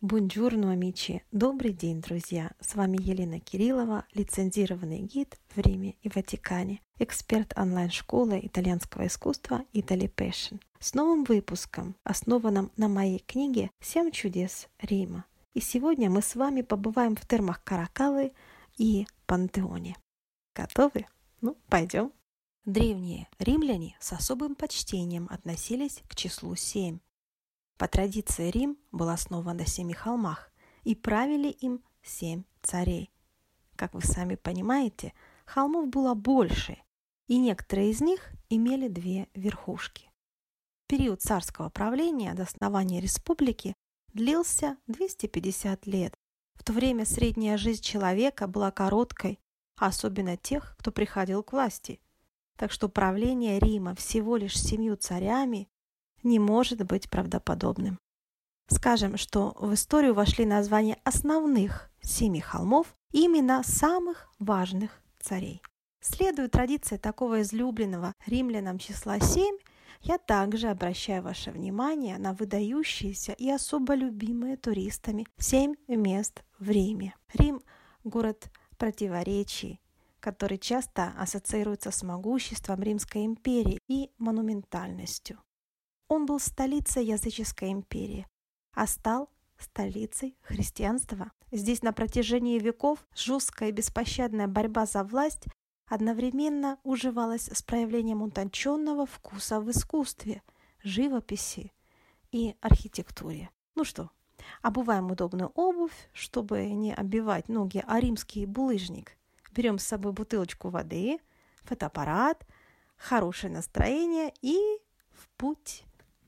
Бонджурно, амичи! Добрый день, друзья! С вами Елена Кириллова, лицензированный гид в Риме и Ватикане, эксперт онлайн-школы итальянского искусства Italy Passion, с новым выпуском, основанным на моей книге «7 чудес Рима». И сегодня мы с вами побываем в термах Каракаллы и Пантеоне. Готовы? Ну, пойдем. Древние римляне с особым почтением относились к числу 7. По традиции Рим был основан на 7 холмах, и правили им 7 царей. Как вы сами понимаете, холмов было больше, и некоторые из них имели 2 верхушки. Период царского правления до основания республики длился 250 лет. В то время средняя жизнь человека была короткой, особенно тех, кто приходил к власти. Так что правление Рима всего лишь 7 царями не может быть правдоподобным. Скажем, что в историю вошли названия основных 7 холмов и имена самых важных царей. Следуя традиции такого излюбленного римлянам числа 7, я также обращаю ваше внимание на выдающиеся и особо любимые туристами 7 мест в Риме. Рим – город противоречий, который часто ассоциируется с могуществом Римской империи и монументальностью. Он был столицей языческой империи, а стал столицей христианства. Здесь на протяжении веков жесткая и беспощадная борьба за власть одновременно уживалась с проявлением утонченного вкуса в искусстве, живописи и архитектуре. Ну что, обуваем удобную обувь, чтобы не оббивать ноги о римский булыжник. Берем с собой бутылочку воды, фотоаппарат, хорошее настроение и в путь.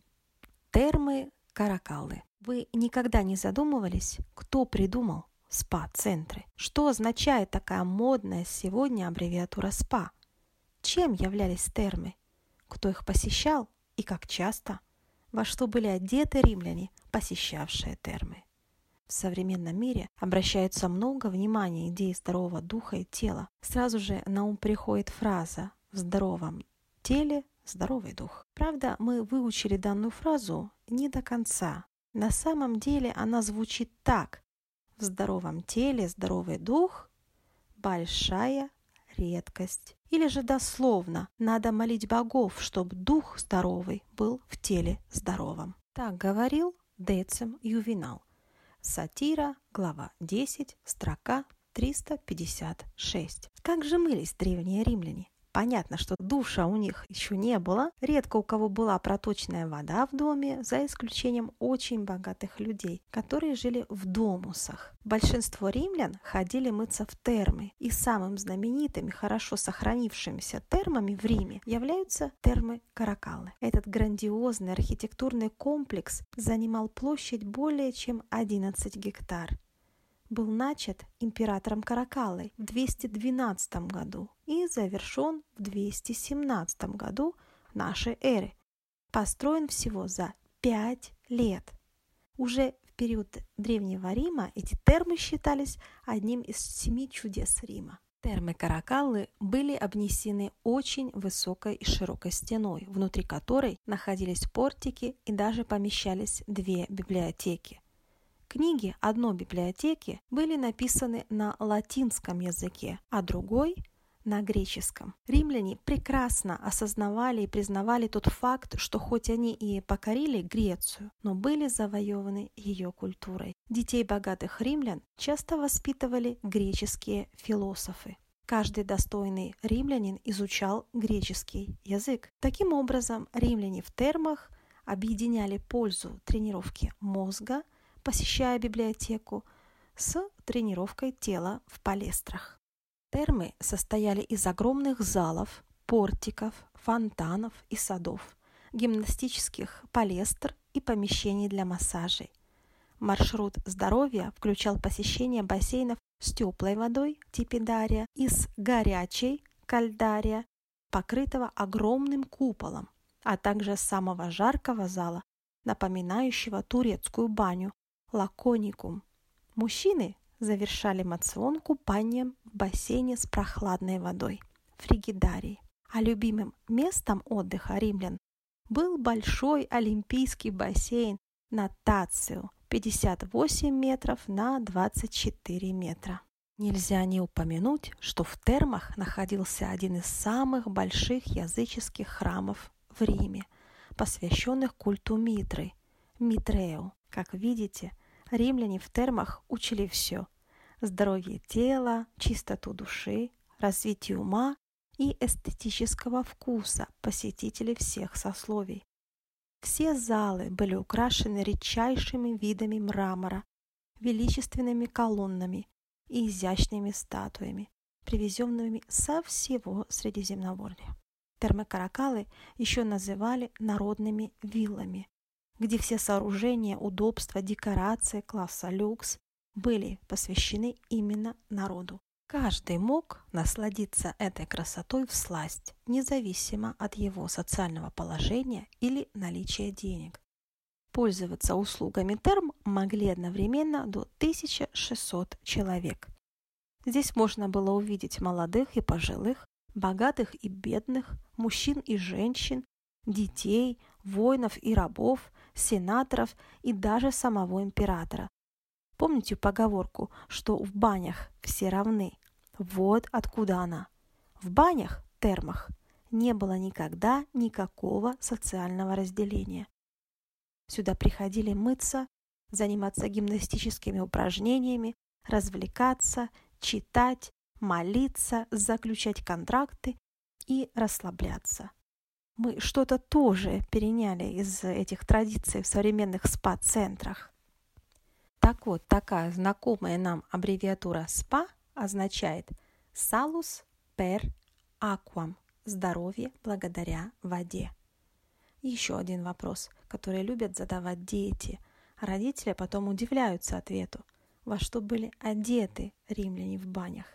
Термы Каракаллы. Вы никогда не задумывались, кто придумал спа-центры? Что означает такая модная сегодня аббревиатура СПА? Чем являлись термы? Кто их посещал и как часто? Во что были одеты римляне, посещавшие термы? В современном мире обращается много внимания идеи здорового духа и тела. Сразу же на ум приходит фраза «в здоровом теле здоровый дух». Правда, мы выучили данную фразу не до конца. На самом деле она звучит так: в здоровом теле здоровый дух – большая редкость. Или же дословно: надо молить богов, чтобы дух здоровый был в теле здоровом. Так говорил Децим Ювенал. Сатира, глава 10, строка 356. Как же мылись древние римляне? Понятно, что душа у них еще не было. Редко у кого была проточная вода в доме, за исключением очень богатых людей, которые жили в домусах. Большинство римлян ходили мыться в термы. И самым знаменитыми, хорошо сохранившимися термами в Риме являются термы Каракаллы. Этот грандиозный архитектурный комплекс занимал площадь более чем 11 гектар. Был начат императором Каракаллой в 212 году и завершен в 217 году нашей эры. Построен всего за 5 лет. Уже в период Древнего Рима эти термы считались одним из 7 чудес Рима. Термы Каракаллы были обнесены очень высокой и широкой стеной, внутри которой находились портики и даже помещались 2 библиотеки. Книги одной библиотеки были написаны на латинском языке, а другой – на греческом. Римляне прекрасно осознавали и признавали тот факт, что хоть они и покорили Грецию, но были завоеваны ее культурой. Детей богатых римлян часто воспитывали греческие философы. Каждый достойный римлянин изучал греческий язык. Таким образом, римляне в термах объединяли пользу тренировки мозга, посещая библиотеку, с тренировкой тела в палестрах. Термы состояли из огромных залов, портиков, фонтанов и садов, гимнастических палестр и помещений для массажей. Маршрут здоровья включал посещение бассейнов с теплой водой, типидария, и с горячей, кальдария, покрытого огромным куполом, а также самого жаркого зала, напоминающего турецкую баню, лаконикум. Мужчины завершали моцион купанием в бассейне с прохладной водой, фригидарии. А любимым местом отдыха римлян был большой олимпийский бассейн Натацио, 58 метров на 24 метра. Нельзя не упомянуть, что в термах находился один из самых больших языческих храмов в Риме, посвященных культу Митры – Митрею. Как видите, римляне в термах учили все – здоровье тела, чистоту души, развитие ума и эстетического вкуса посетителей всех сословий. Все залы были украшены редчайшими видами мрамора, величественными колоннами и изящными статуями, привезенными со всего Средиземноморья. Термы Каракалы еще называли народными виллами, где все сооружения, удобства, декорации класса люкс были посвящены именно народу. Каждый мог насладиться этой красотой всласть, независимо от его социального положения или наличия денег. Пользоваться услугами терм могли одновременно до 1600 человек. Здесь можно было увидеть молодых и пожилых, богатых и бедных, мужчин и женщин, детей, воинов и рабов, сенаторов и даже самого императора. Помните поговорку, что в банях все равны? Вот откуда она. В банях, термах, не было никогда никакого социального разделения. Сюда приходили мыться, заниматься гимнастическими упражнениями, развлекаться, читать, молиться, заключать контракты и расслабляться. Мы что-то тоже переняли из этих традиций в современных спа-центрах. Так вот, такая знакомая нам аббревиатура «СПА» означает «Salus per aquam» – «здоровье благодаря воде». Еще один вопрос, который любят задавать дети. Родители потом удивляются ответу, во что были одеты римляне в банях.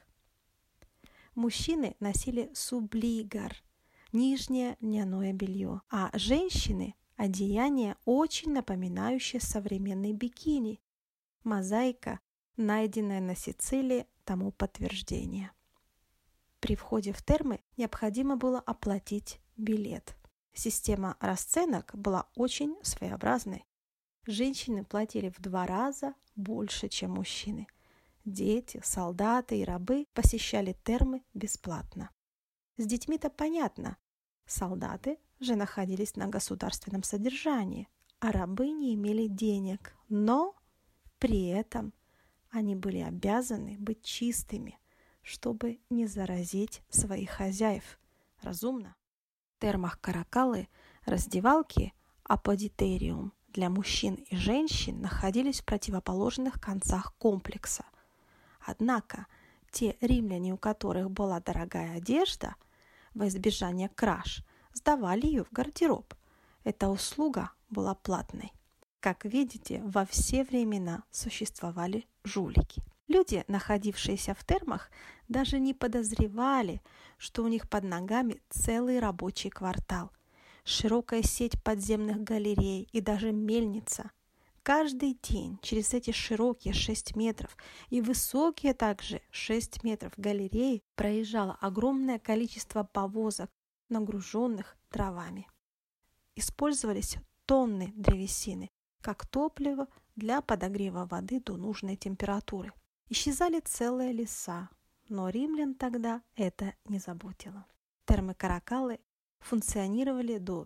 Мужчины носили сублигар – нижнее льняное белье, а женщины – одеяние, очень напоминающее современный бикини. Мозаика, найденная на Сицилии, тому подтверждение. При входе в термы необходимо было оплатить билет. Система расценок была очень своеобразной. Женщины платили в 2 раза больше, чем мужчины. Дети, солдаты и рабы посещали термы бесплатно. С детьми-то понятно. Солдаты же находились на государственном содержании, а рабы не имели денег, но при этом они были обязаны быть чистыми, чтобы не заразить своих хозяев. Разумно? В термах Каракалы раздевалки аподитериум для мужчин и женщин находились в противоположных концах комплекса. Однако те римляне, у которых была дорогая одежда, во избежание краж, сдавали ее в гардероб. Эта услуга была платной. Как видите, во все времена существовали жулики. Люди, находившиеся в термах, даже не подозревали, что у них под ногами целый рабочий квартал, широкая сеть подземных галерей и даже мельница. Каждый день через эти широкие 6 метров и высокие также 6 метров галереи проезжало огромное количество повозок, нагруженных дровами. Использовались тонны древесины как топливо для подогрева воды до нужной температуры. Исчезали целые леса, но римлян тогда это не заботило. Термы Каракалы функционировали до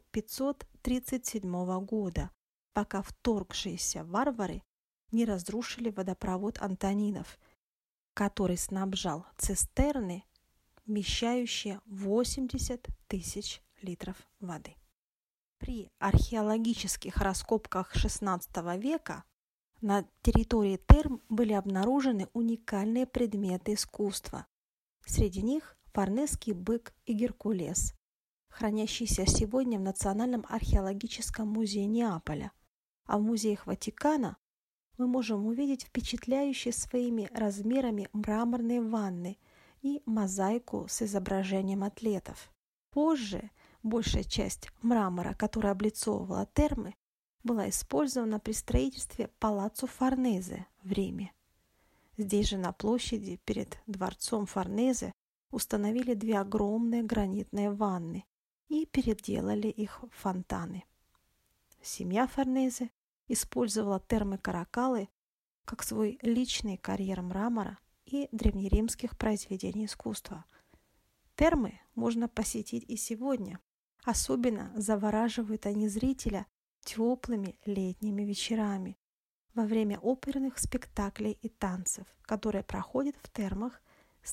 537 года, пока вторгшиеся варвары не разрушили водопровод Антонинов, который снабжал цистерны, вмещающие 80 тысяч литров воды. При археологических раскопках XVI века на территории терм были обнаружены уникальные предметы искусства. Среди них фарнесский бык и Геркулес, хранящийся сегодня в Национальном археологическом музее Неаполя, а в музеях Ватикана мы можем увидеть впечатляющие своими размерами мраморные ванны и мозаику с изображением атлетов. Позже большая часть мрамора, которая облицовывала термы, была использована при строительстве Палаццо Форнезе в Риме. Здесь же на площади перед дворцом Форнезе установили 2 огромные гранитные ванны и переделали их в фонтаны. Семья Форнезе использовала термы Каракалы как свой личный карьер мрамора и древнеримских произведений искусства. Термы можно посетить и сегодня. Особенно завораживают они зрителя теплыми летними вечерами во время оперных спектаклей и танцев, которые проходят в термах с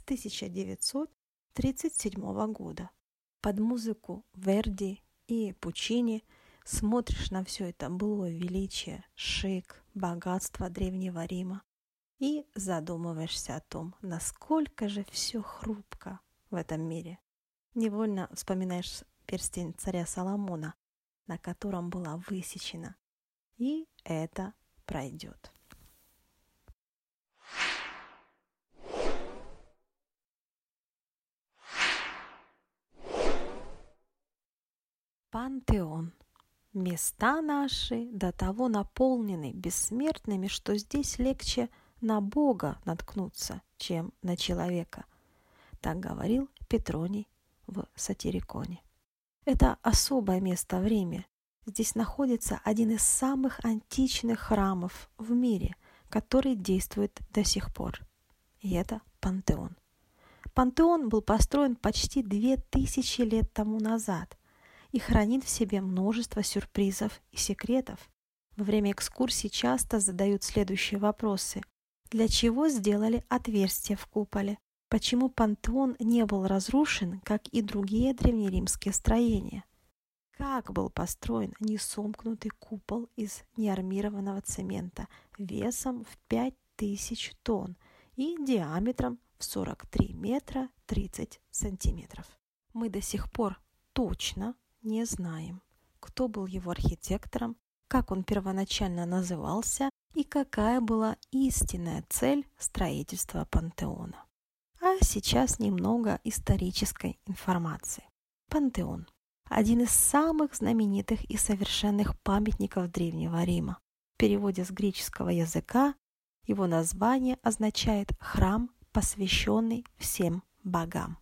1937 года. Под музыку Верди и Пучини смотришь на все это былое величие, шик, богатство Древнего Рима и задумываешься о том, насколько же все хрупко в этом мире. Невольно вспоминаешь перстень царя Соломона, на котором была высечена. И это пройдет. Пантеон. Места наши до того наполнены бессмертными, что здесь легче на Бога наткнуться, чем на человека. Так говорил Петроний в Сатириконе. Это особое место в Риме. Здесь находится один из самых античных храмов в мире, который действует до сих пор. И это Пантеон. Пантеон был построен почти 2000 лет тому назад и хранит в себе множество сюрпризов и секретов. Во время экскурсий часто задают следующие вопросы. Для чего сделали отверстие в куполе? Почему Пантеон не был разрушен, как и другие древнеримские строения? Как был построен несомкнутый купол из неармированного цемента весом в 5000 тонн и диаметром в 43 метра 30 сантиметров? Мы до сих пор точно не знаем, кто был его архитектором, как он первоначально назывался и какая была истинная цель строительства Пантеона. А сейчас немного исторической информации. Пантеон – один из самых знаменитых и совершенных памятников Древнего Рима. В переводе с греческого языка его название означает «храм, посвященный всем богам».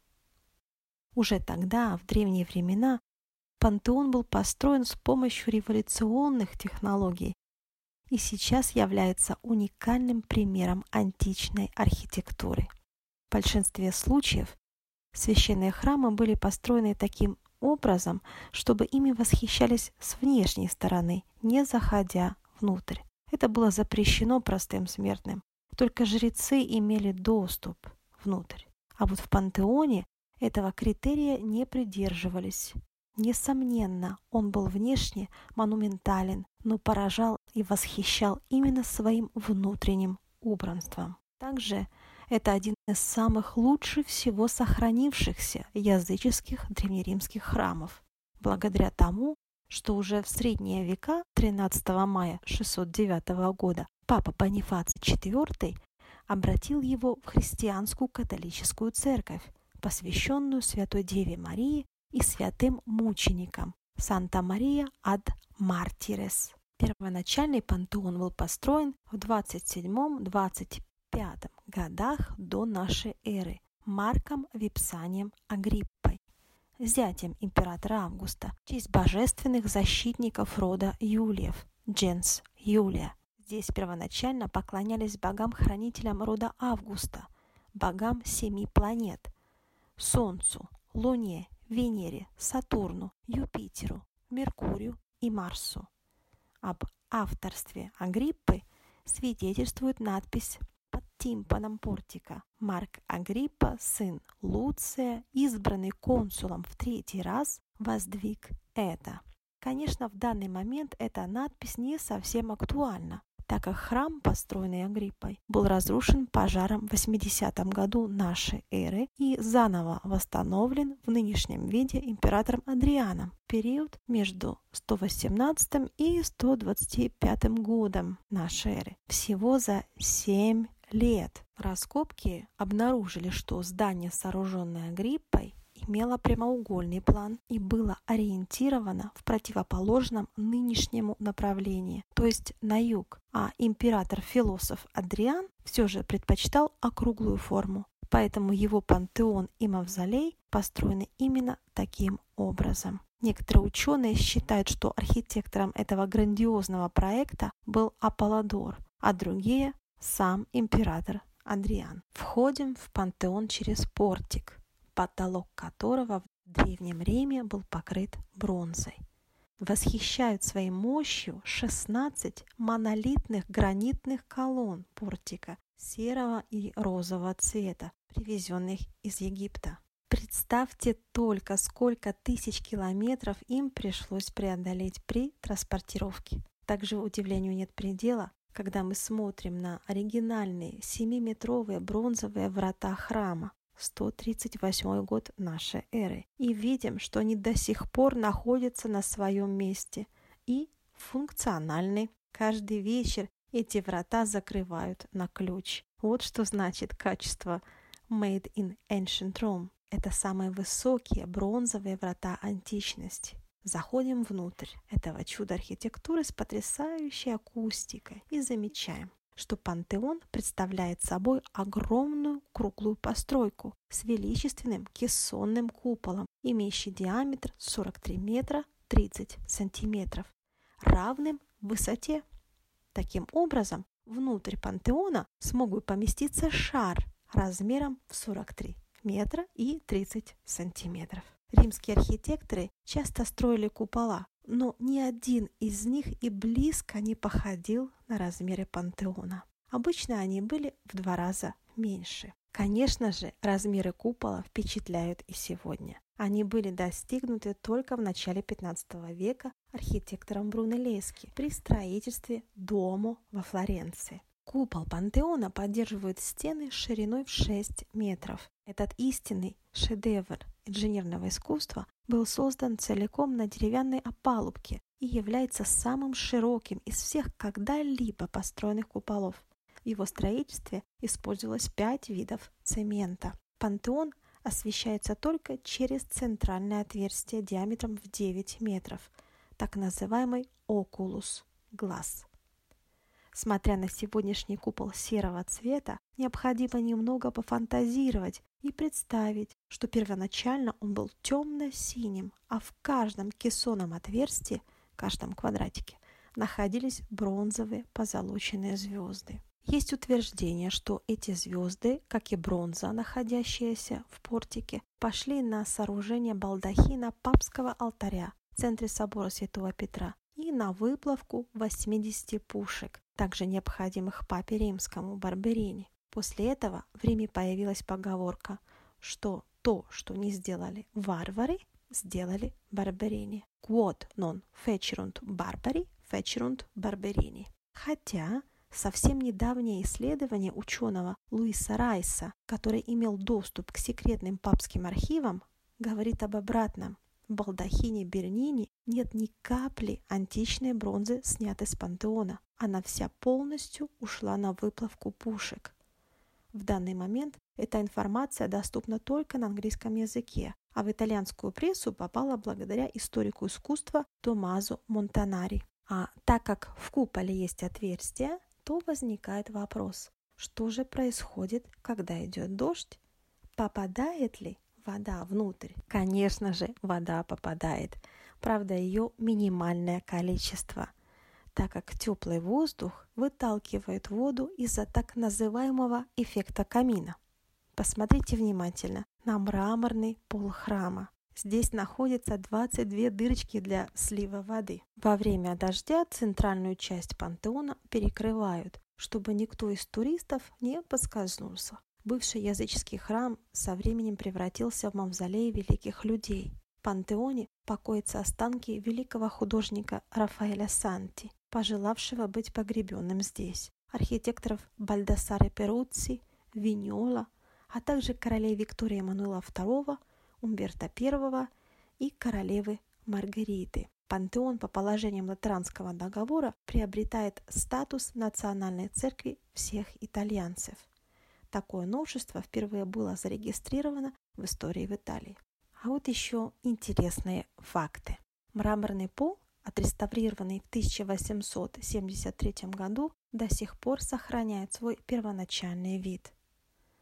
Уже тогда, в древние времена, Пантеон был построен с помощью революционных технологий и сейчас является уникальным примером античной архитектуры. В большинстве случаев священные храмы были построены таким образом, чтобы ими восхищались с внешней стороны, не заходя внутрь. Это было запрещено простым смертным. Только жрецы имели доступ внутрь. А вот в Пантеоне этого критерия не придерживались. Несомненно, он был внешне монументален, но поражал и восхищал именно своим внутренним убранством. Также это один из самых лучше всего сохранившихся языческих древнеримских храмов, благодаря тому, что уже в средние века 13 мая 609 года папа Бонифаций IV обратил его в христианскую католическую церковь, посвященную Святой Деве Марии и святым мученикам Санта-Мария ад Мартирес. Первоначальный пантеон был построен в 27-25 годах до нашей эры Марком Випсанием Агриппой, зятем императора Августа, в честь божественных защитников рода Юлиев, Дженс Юлия. Здесь первоначально поклонялись богам-хранителям рода Августа, богам 7 планет – Солнцу, Луне, Венере, Сатурну, Юпитеру, Меркурию и Марсу. Об авторстве Агриппы свидетельствует надпись под тимпаном портика. Марк Агриппа, сын Луция, избранный консулом в 3-й раз, воздвиг это. Конечно, в данный момент эта надпись не совсем актуальна, так как храм, построенный Агриппой, был разрушен пожаром в 80 году нашей эры и заново восстановлен в нынешнем виде императором Адрианом в период между 118 и 125 годом нашей эры. Всего за 7 лет. Раскопки обнаружили, что здание, сооруженное Агриппой, имело прямоугольный план и было ориентировано в противоположном нынешнему направлении, то есть на юг, а император-философ Адриан все же предпочитал округлую форму, поэтому его пантеон и мавзолей построены именно таким образом. Некоторые ученые считают, что архитектором этого грандиозного проекта был Аполлодор, а другие – сам император Адриан. Входим в пантеон через портик, потолок которого в Древнем Риме был покрыт бронзой. Восхищают своей мощью 16 монолитных гранитных колонн портика серого и розового цвета, привезенных из Египта. Представьте только, сколько тысяч километров им пришлось преодолеть при транспортировке. Также удивлению нет предела, когда мы смотрим на оригинальные 7-метровые бронзовые врата храма, 138 год нашей эры, и видим, что они до сих пор находятся на своем месте и функциональны. Каждый вечер эти врата закрывают на ключ. Вот что значит качество Made in Ancient Rome. Это самые высокие бронзовые врата античности. Заходим внутрь этого чуда архитектуры с потрясающей акустикой и замечаем, что пантеон представляет собой огромную круглую постройку с величественным кессонным куполом, имеющий диаметр 43 метра 30 сантиметров, равным высоте. Таким образом, внутрь пантеона смог бы поместиться шар размером в 43 метра и 30 сантиметров. Римские архитекторы часто строили купола, но ни один из них и близко не походил на размеры пантеона. Обычно они были в 2 раза меньше. Конечно же, размеры купола впечатляют и сегодня. Они были достигнуты только в начале 15 века архитектором Брунеллески при строительстве Дуомо во Флоренции. Купол пантеона поддерживает стены шириной в 6 метров. Этот истинный шедевр инженерного искусства был создан целиком на деревянной опалубке и является самым широким из всех когда-либо построенных куполов. В его строительстве использовалось 5 видов цемента. Пантеон освещается только через центральное отверстие диаметром в 9 метров, так называемый окулус – глаз. Смотря на сегодняшний купол серого цвета, необходимо немного пофантазировать и представить, что первоначально он был темно-синим, а в каждом кессонном отверстии, каждом квадратике, находились бронзовые позолоченные звезды. Есть утверждение, что эти звезды, как и бронза, находящаяся в портике, пошли на сооружение балдахина папского алтаря в центре собора Святого Петра и на выплавку 80 пушек, также необходимых папе римскому Барберини. После этого в Риме появилась поговорка, что то, что не сделали варвары, сделали Барберини. Quod non fecerunt barbari, fecerunt Barberini. Хотя совсем недавнее исследование ученого Луиса Райса, который имел доступ к секретным папским архивам, говорит об обратном. В балдахине Бернини нет ни капли античной бронзы, снятой с пантеона. Она вся полностью ушла на выплавку пушек. В данный момент эта информация доступна только на английском языке, а в итальянскую прессу попала благодаря историку искусства Томмазо Монтанари. А так как в куполе есть отверстие, то возникает вопрос, что же происходит, когда идет дождь? Попадает ли вода внутрь? Конечно же, вода попадает. Правда, ее минимальное количество, так как теплый воздух выталкивает воду из-за так называемого эффекта камина. Посмотрите внимательно на мраморный пол храма. Здесь находится 22 дырочки для слива воды. Во время дождя центральную часть пантеона перекрывают, чтобы никто из туристов не поскользнулся. Бывший языческий храм со временем превратился в мавзолей великих людей. В пантеоне покоятся останки великого художника Рафаэля Санти, пожелавшего быть погребенным здесь, архитекторов Бальдасаре Перуцци, Виньола, а также королей Виктории Эммануила II, Умберто I и королевы Маргариты. Пантеон по положениям Латеранского договора приобретает статус национальной церкви всех итальянцев. Такое новшество впервые было зарегистрировано в истории в Италии. А вот еще интересные факты. Мраморный пол, отреставрированный в 1873 году, до сих пор сохраняет свой первоначальный вид.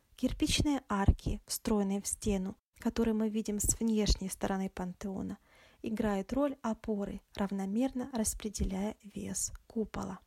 Кирпичные арки, встроенные в стену, которые мы видим с внешней стороны пантеона, играют роль опоры, равномерно распределяя вес купола.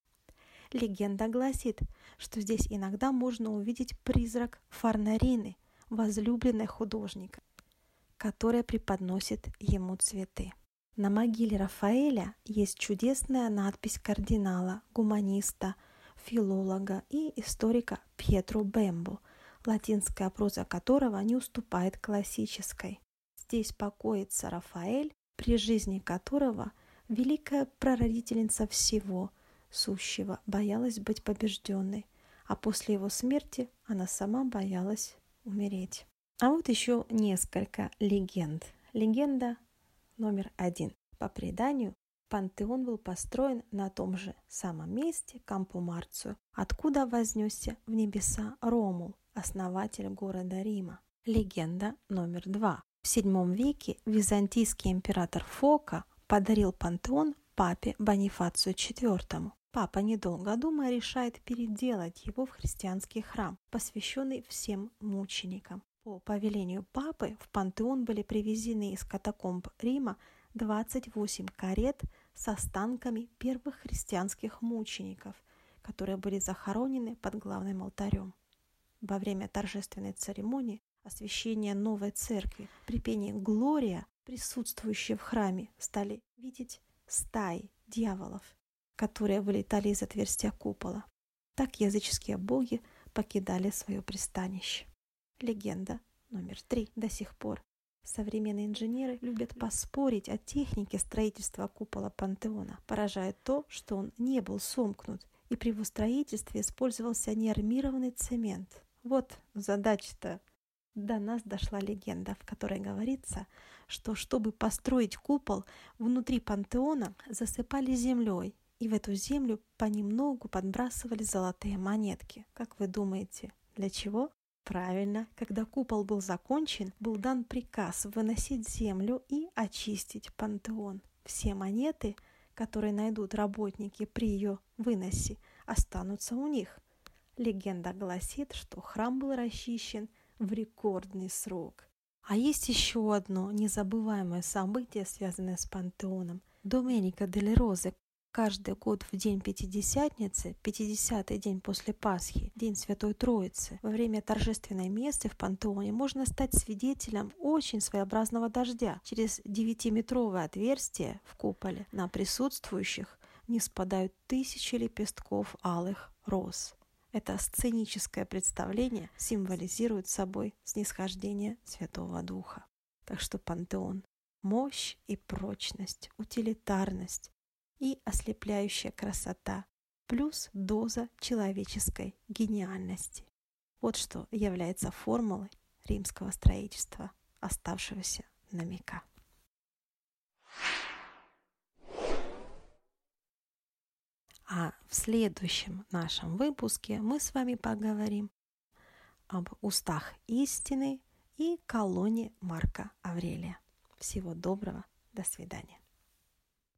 Легенда гласит, что здесь иногда можно увидеть призрак Фарнарины, возлюбленной художника, которая преподносит ему цветы. На могиле Рафаэля есть чудесная надпись кардинала, гуманиста, филолога и историка Пьетро Бембо, латинская проза которого не уступает классической. Здесь покоится Рафаэль, при жизни которого великая прародительница всего сущего боялась быть побежденной, а после его смерти она сама боялась умереть. А вот еще несколько легенд. Легенда номер 1. По преданию, пантеон был построен на том же самом месте, Кампо Марцио, откуда вознесся в небеса Ромул, основатель города Рима. Легенда номер 2. В VII веке византийский император Фока подарил пантеон папе Бонифацию IV. Папа, недолго думая, решает переделать его в христианский храм, посвященный всем мученикам. По повелению папы в пантеон были привезены из катакомб Рима 28 карет с останками первых христианских мучеников, которые были захоронены под главным алтарем. Во время торжественной церемонии освящения новой церкви при пении «Глория» присутствующие в храме стали видеть стаи дьяволов, которые вылетали из отверстия купола. Так языческие боги покидали свое пристанище. Легенда номер 3. До сих пор современные инженеры любят поспорить о технике строительства купола пантеона. Поражает то, что он не был сомкнут, и при его строительстве использовался неармированный цемент. Вот задача-то. До нас дошла легенда, в которой говорится, что чтобы построить купол, внутри пантеона засыпали землей, и в эту землю понемногу подбрасывали золотые монетки. Как вы думаете, для чего? Правильно, когда купол был закончен, был дан приказ выносить землю и очистить пантеон. Все монеты, которые найдут работники при ее выносе, останутся у них. Легенда гласит, что храм был расчищен в рекордный срок. А есть еще одно незабываемое событие, связанное с пантеоном. Доменика дель Розе. Каждый год в день Пятидесятницы, 50-й день после Пасхи, день Святой Троицы, во время торжественной мессы в пантеоне можно стать свидетелем очень своеобразного дождя. Через 9-метровое отверстие в куполе на присутствующих не спадают тысячи лепестков алых роз. Это сценическое представление символизирует собой снисхождение Святого Духа. Так что пантеон – мощь и прочность, утилитарность и ослепляющая красота, плюс доза человеческой гениальности. Вот что является формулой римского строительства, оставшегося на века. А в следующем нашем выпуске мы с вами поговорим об устах истины и колонне Марка Аврелия. Всего доброго, до свидания.